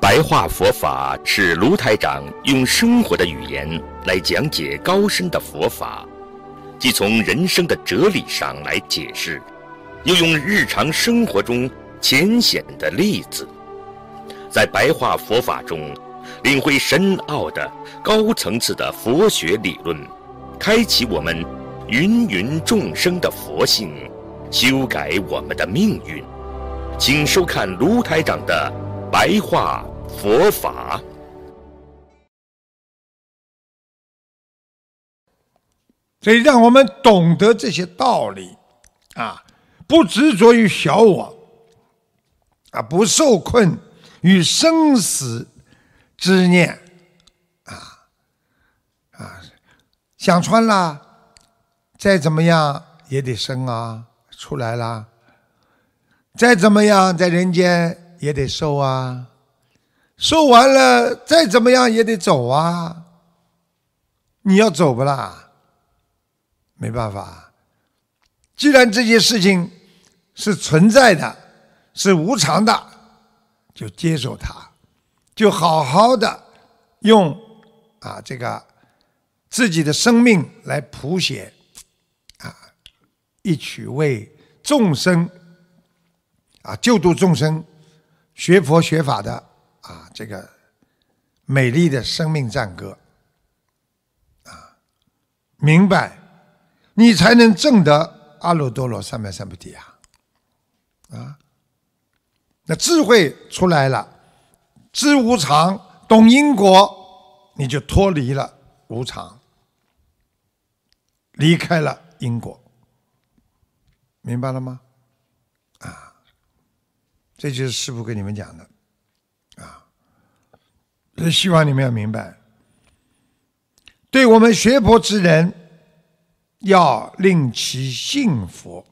白话佛法是卢台长用生活的语言来讲解高深的佛法，既从人生的哲理上来解释，又用日常生活中浅显的例子，在白话佛法中领会深奥的高层次的佛学理论，开启我们芸芸众生的佛性，修改我们的命运。请收看卢台长的白话佛法。 所以让我们懂得这些道理啊，不执着于小我啊，不受困于生死之念想穿了，再怎么样也得生啊，出来了，再怎么样在人间也得受啊，受完了再怎么样也得走啊，你要走不啦？没办法，既然这些事情是存在的，是无常的，就接受它，就好好的用这个自己的生命来谱写一曲为众生救度众生、学佛学法的这个美丽的生命赞歌明白，你才能证得阿耨多罗三藐三菩提那智慧出来了，知无常，懂因果，你就脱离了无常，离开了因果，明白了吗？这就是师父跟你们讲的所以希望你们要明白，对我们学佛之人要令其信佛。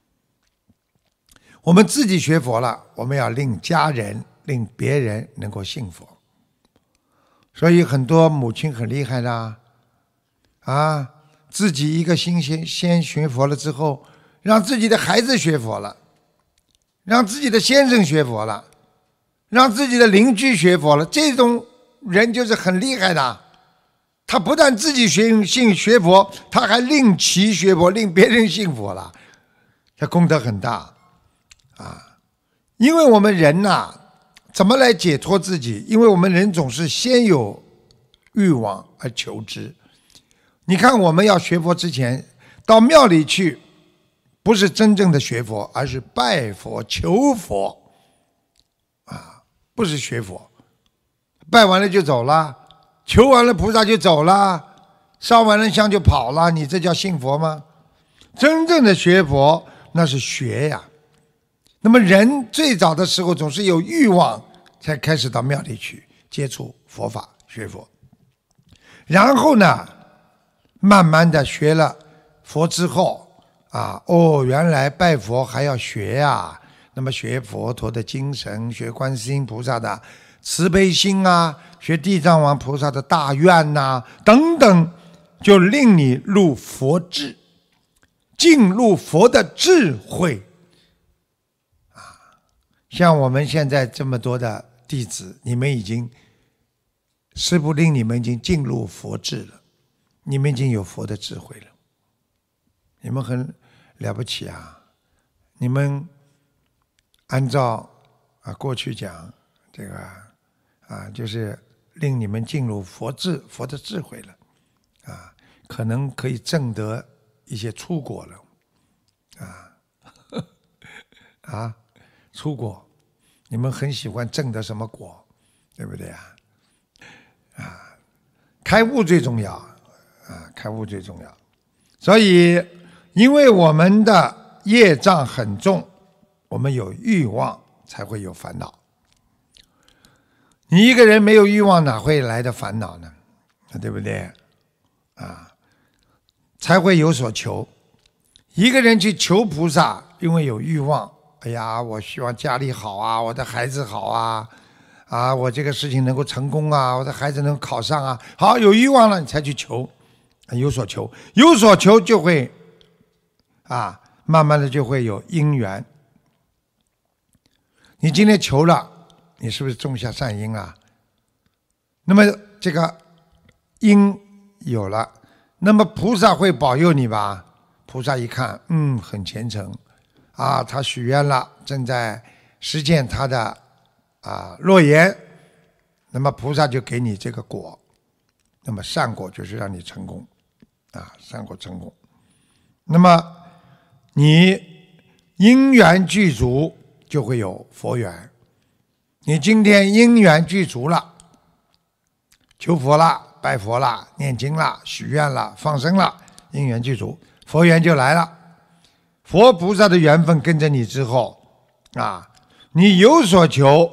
我们自己学佛了，我们要令家人、令别人能够信佛。所以很多母亲很厉害的自己一个心先学佛了之后，让自己的孩子学佛了，让自己的先生学佛了，让自己的邻居学佛了，这种人就是很厉害的。他不但自己学佛，他还令其学佛，令别人信佛了，他功德很大因为我们人怎么来解脱自己？因为我们人总是先有欲望而求之。你看我们要学佛之前到庙里去，不是真正的学佛，而是拜佛求佛不是学佛。拜完了就走了，求完了菩萨就走了，烧完了香就跑了，你这叫信佛吗？真正的学佛那是学呀。那么人最早的时候总是有欲望才开始到庙里去接触佛法学佛，然后呢慢慢的学了佛之后原来拜佛还要学那么学佛陀的精神，学观世音菩萨的慈悲心学地藏王菩萨的大愿等等，就令你入佛智，进入佛的智慧像我们现在这么多的弟子，你们已经师父令你们已经进入佛智了，你们已经有佛的智慧了，你们很了不起你们按照过去讲这个就是令你们进入佛的智慧了可能可以证得一些出果了出果，你们很喜欢证得什么果，对不对开悟最重要开悟最重要。所以因为我们的业障很重，我们有欲望才会有烦恼。你一个人没有欲望哪会来的烦恼呢？对不对才会有所求。一个人去求菩萨，因为有欲望，哎呀，我希望家里好我的孩子好我这个事情能够成功我的孩子能考上好，有欲望了你才去求，有所求，有所求就会慢慢的就会有因缘。你今天求了你是不是种下善因啊？那么这个因有了，那么菩萨会保佑你吧？菩萨一看，很虔诚啊，他许愿了，正在实践他的诺言，那么菩萨就给你这个果，那么善果就是让你成功善果成功。那么你因缘具足，就会有佛缘。你今天因缘具足了，求佛了，拜佛了，念经了，许愿了，放生了，因缘具足，佛缘就来了。佛菩萨的缘分跟着你之后你有所求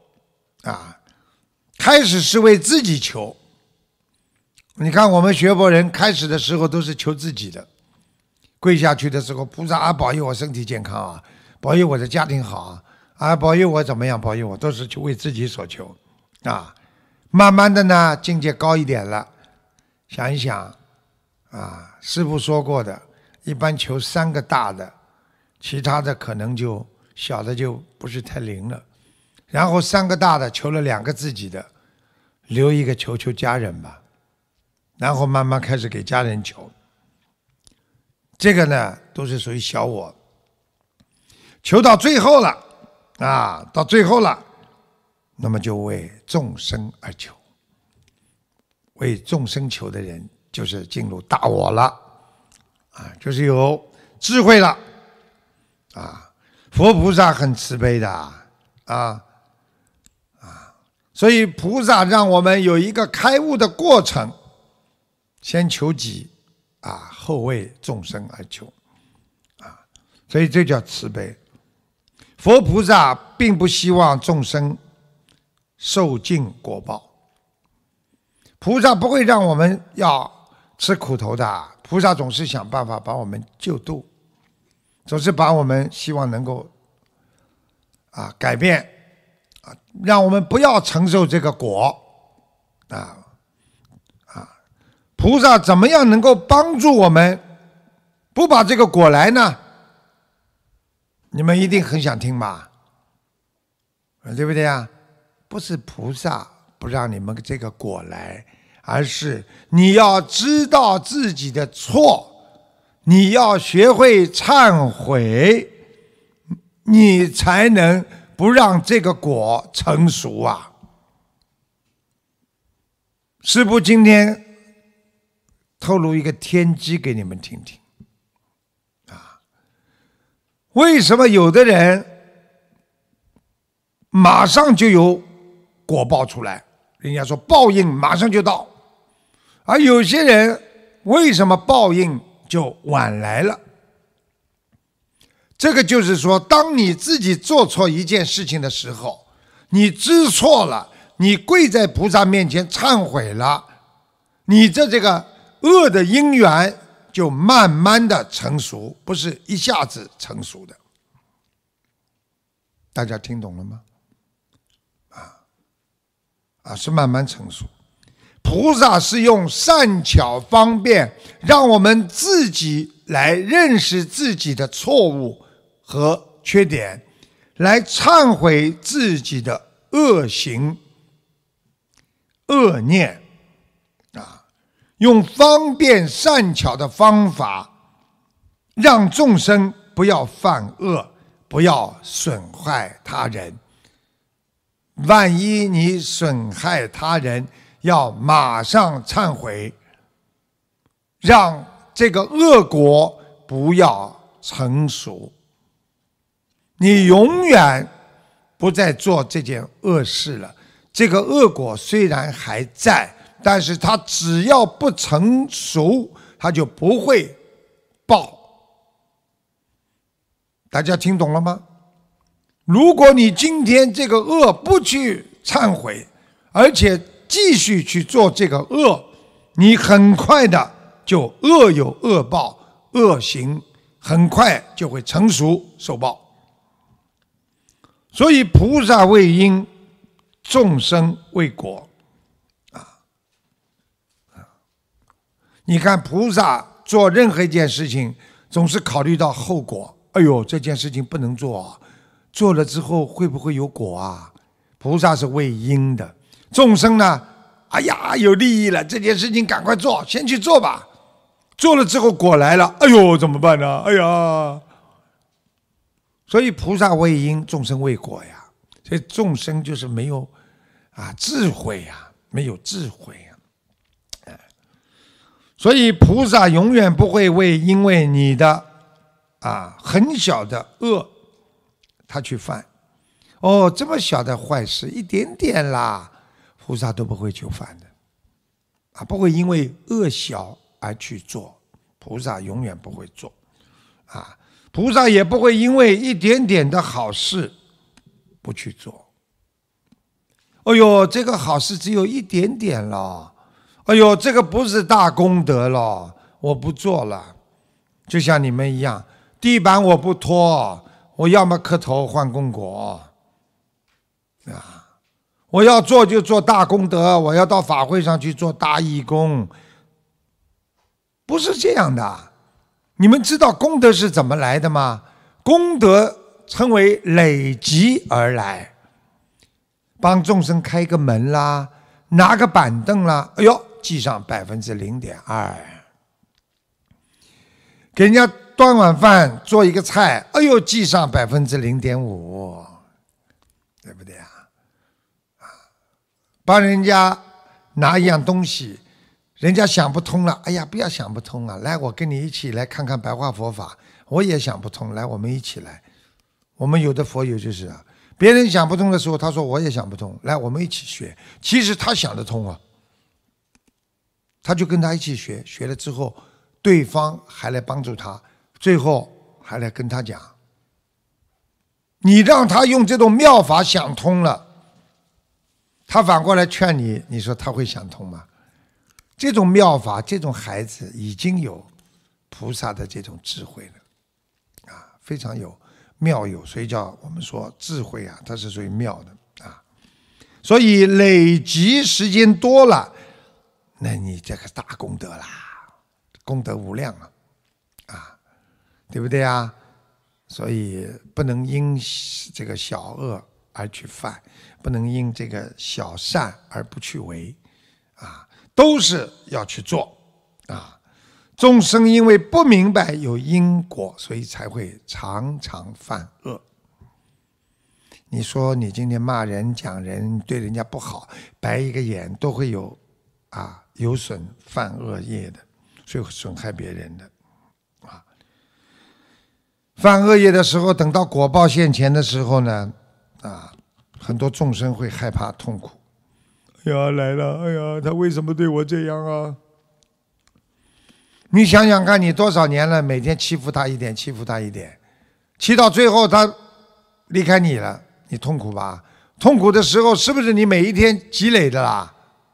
开始是为自己求。你看我们学佛人开始的时候都是求自己的，跪下去的时候，菩萨保佑我身体健康保佑我的家庭好保佑我怎么样，保佑我，都是去为自己所求慢慢的呢，境界高一点了，想一想师父说过的，一般求3个大的，其他的可能就小的就不是太灵了。然后3个大的求了2个自己的，留一个求家人吧，然后慢慢开始给家人求。这个呢都是属于小我，求到最后了到最后了，那么就为众生而求。为众生求的人就是进入大我了就是有智慧了佛菩萨很慈悲的所以菩萨让我们有一个开悟的过程，先求己后为众生而求所以这叫慈悲。佛菩萨并不希望众生受尽果报，菩萨不会让我们要吃苦头的，菩萨总是想办法把我们救度，总是把我们希望能够改变让我们不要承受这个果菩萨怎么样能够帮助我们不把这个果来呢？你们一定很想听吧，对不对不是菩萨不让你们这个果来，而是你要知道自己的错，你要学会忏悔，你才能不让这个果成熟师父今天透露一个天机给你们听听为什么有的人马上就有果报出来，人家说报应马上就到，而有些人为什么报应就晚来了？这个就是说，当你自己做错一件事情的时候，你知错了，你跪在菩萨面前忏悔了，你这个恶的因缘就慢慢的成熟，不是一下子成熟的。大家听懂了吗？是慢慢成熟。菩萨是用善巧方便，让我们自己来认识自己的错误和缺点，来忏悔自己的恶行、恶念用方便善巧的方法，让众生不要犯恶，不要损害他人。万一你损害他人，要马上忏悔，让这个恶果不要成熟。你永远不再做这件恶事了，这个恶果虽然还在，但是它只要不成熟，它就不会报。大家听懂了吗？如果你今天这个恶不去忏悔，而且继续去做这个恶，你很快的就恶有恶报，恶行很快就会成熟受报。所以菩萨为因，众生为果你看菩萨做任何一件事情总是考虑到后果，哎呦这件事情不能做做了之后会不会有果菩萨是为因的，众生呢，哎呀，有利益了，这件事情赶快做，先去做吧。做了之后果来了，哎呦，怎么办呢？哎呀，所以菩萨为因，众生为果呀。所以众生就是没有智慧呀，没有智慧呀。所以菩萨永远不会因为你的很小的恶，他去犯。哦，这么小的坏事，一点点啦，菩萨都不会去犯的，不会因为恶小而去做，菩萨永远不会做，菩萨也不会因为一点点的好事不去做。哎呦，这个好事只有一点点了，哎呦，这个不是大功德了，我不做了。就像你们一样，地板我不拖，我要么磕头换功果我要做就做大功德，我要到法会上去做大义工，不是这样的。你们知道功德是怎么来的吗？功德称为累积而来，帮众生开个门啦，拿个板凳啦，哎呦，记上0.2%，给人家端碗饭做一个菜，哎呦，记上0.5%，对不对啊？帮人家拿一样东西，人家想不通了，哎呀，不要想不通啊，来，我跟你一起来看看白话佛法。我也想不通，来，我们一起来。我们有的佛友就是别人想不通的时候，他说我也想不通，来，我们一起学。其实他想得通啊，他就跟他一起学，学了之后，对方还来帮助他，最后还来跟他讲。你让他用这种妙法想通了，他反过来劝你，你说他会想通吗？这种妙法，这种孩子已经有菩萨的这种智慧了，非常有妙有，所以叫我们说智慧它是属于妙的所以累积时间多了，那你这个大功德啦，功德无量对不对啊？所以不能因这个小恶而去犯，不能因这个小善而不去为都是要去做众生因为不明白有因果，所以才会常常犯恶。你说你今天骂人讲人，对人家不好，白一个眼，都会有有损犯恶业的，所以损害别人的犯恶业的时候，等到果报现前的时候呢很多众生会害怕痛苦。哎呀，来了，哎呀，他为什么对我这样啊？你想想看，你多少年了，每天欺负他一点，欺负他一点，欺到最后他离开你了，你痛苦吧？痛苦的时候是不是你每一天积累的啦？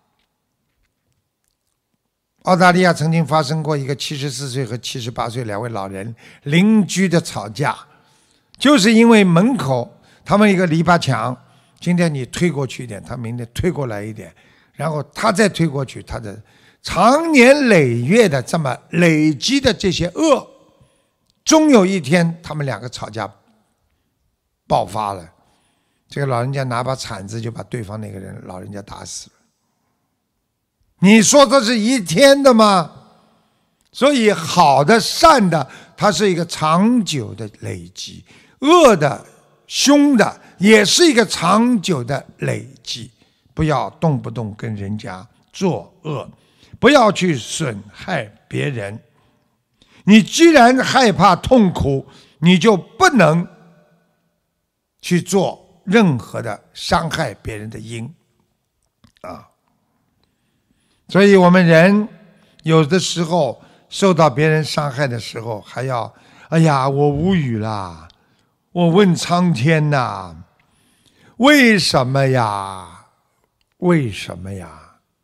澳大利亚曾经发生过一个74岁和78岁两位老人邻居的吵架，就是因为门口他们一个篱笆墙，今天你推过去一点，他明天推过来一点，然后他再推过去，他的长年累月的这么累积的这些恶，终有一天他们两个吵架爆发了，这个老人家拿把铲子就把对方那个人老人家打死了。你说这是一天的吗？所以好的善的它是一个长久的累积，恶的凶的也是一个长久的累积。不要动不动跟人家作恶，不要去损害别人。你既然害怕痛苦，你就不能去做任何的伤害别人的因所以我们人有的时候受到别人伤害的时候，还要哎呀，我无语啦，我问苍天呐，为什么呀？为什么呀？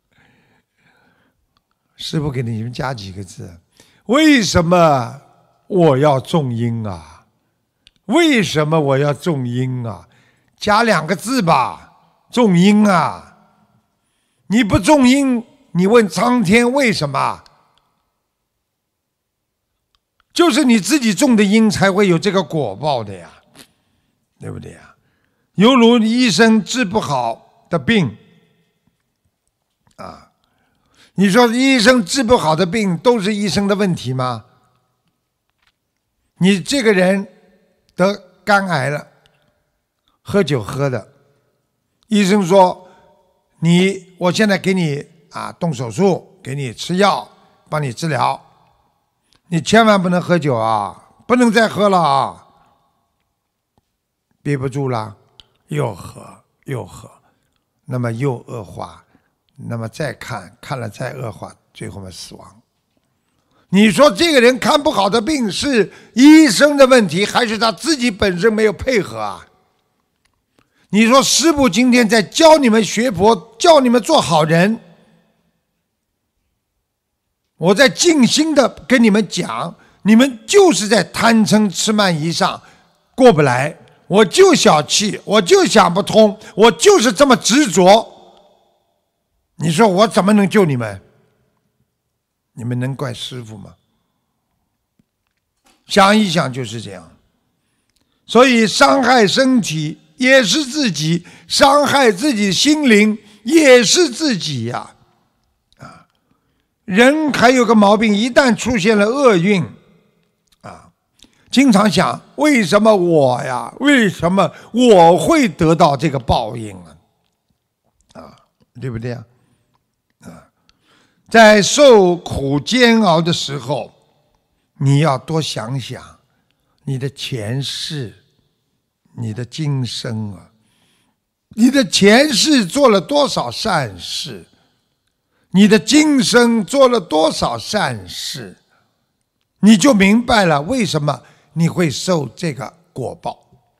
师父给你们加几个字，为什么我要种因啊？为什么我要种因啊？加2个字吧，种因啊！你不种因，你问苍天为什么？就是你自己种的因才会有这个果报的呀，对不对呀？ 犹如医生治不好的病啊，你说医生治不好的病都是医生的问题吗？你这个人得肝癌了，喝酒喝的，医生说我现在给你动手术，给你吃药，帮你治疗，你千万不能喝酒啊，不能再喝了啊！憋不住了，又喝，那么又恶化，那么再看了再恶化，最后死亡。你说这个人看不好的病是医生的问题，还是他自己本身没有配合啊？你说师父今天在教你们学佛，教你们做好人，我在尽心的跟你们讲，你们就是在贪嗔痴慢疑上过不来，我就小气，我就想不通，我就是这么执着，你说我怎么能救你们？你们能怪师父吗？想一想就是这样。所以伤害身体也是自己，伤害自己的心灵也是自己呀。人还有个毛病，一旦出现了厄运经常想为什么我呀？为什么我会得到这个报应对不对啊？在受苦煎熬的时候，你要多想想你的前世，你的今生你的前世做了多少善事，你的今生做了多少善事，你就明白了为什么你会受这个果报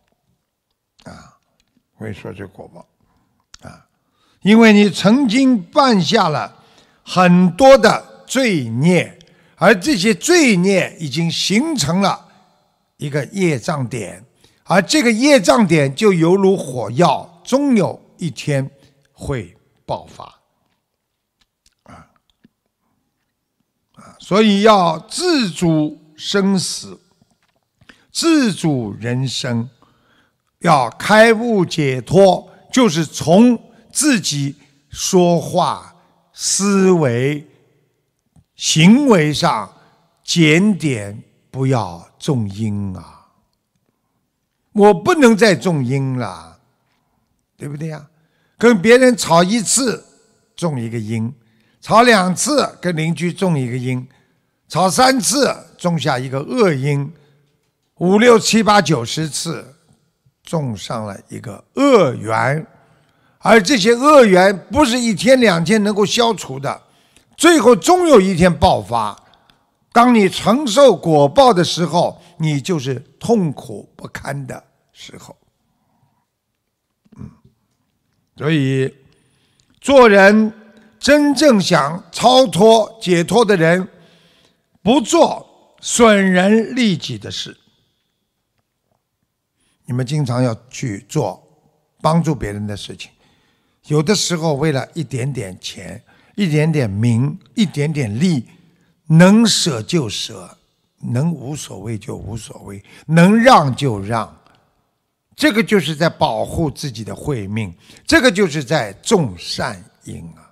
会受这个果报因为你曾经犯下了很多的罪孽，而这些罪孽已经形成了一个业障点，而这个业障点就犹如火药，终有一天会爆发所以要自主生死，自主人生，要开悟解脱，就是从自己说话、思维、行为上检点，不要种因我不能再种因了，对不对呀？跟别人吵一次种一个因，吵2次跟邻居种一个因，吵3次种下一个恶因，5、6、7、8、9、10次种上了一个恶缘，而这些恶缘不是1天2天能够消除的，最后终有一天爆发。当你承受果报的时候，你就是痛苦不堪的时候。所以做人真正想超脱解脱的人，不做损人利己的事。你们经常要去做帮助别人的事情，有的时候为了一点点钱、一点点名、一点点利，能舍就舍，能无所谓就无所谓，能让就让，这个就是在保护自己的慧命，这个就是在种善因